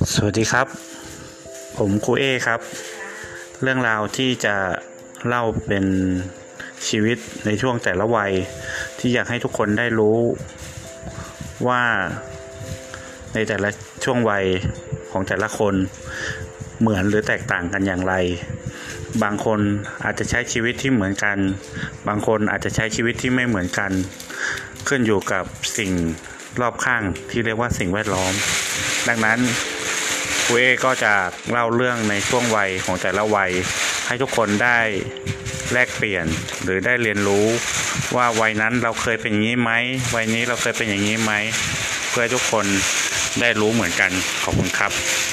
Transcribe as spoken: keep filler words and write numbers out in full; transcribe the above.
สวัสดีครับผมครูเอครับเรื่องราวที่จะเล่าเป็นชีวิตในช่วงแต่ละวัยที่อยากให้ทุกคนได้รู้ว่าในแต่ละช่วงวัยของแต่ละคนเหมือนหรือแตกต่างกันอย่างไรบางคนอาจจะใช้ชีวิตที่เหมือนกันบางคนอาจจะใช้ชีวิตที่ไม่เหมือนกันขึ้นอยู่กับสิ่งรอบข้างที่เรียกว่าสิ่งแวดล้อมดังนั้นครูเอก็จะเล่าเรื่องในช่วงวัยของแต่ละวัยให้ทุกคนได้แลกเปลี่ยนหรือได้เรียนรู้ว่าวัยนั้นเราเคยเป็นอย่างนี้ไหมวัยนี้เราเคยเป็นอย่างนี้ไหมเพื่อทุกคนได้รู้เหมือนกันขอบคุณครับ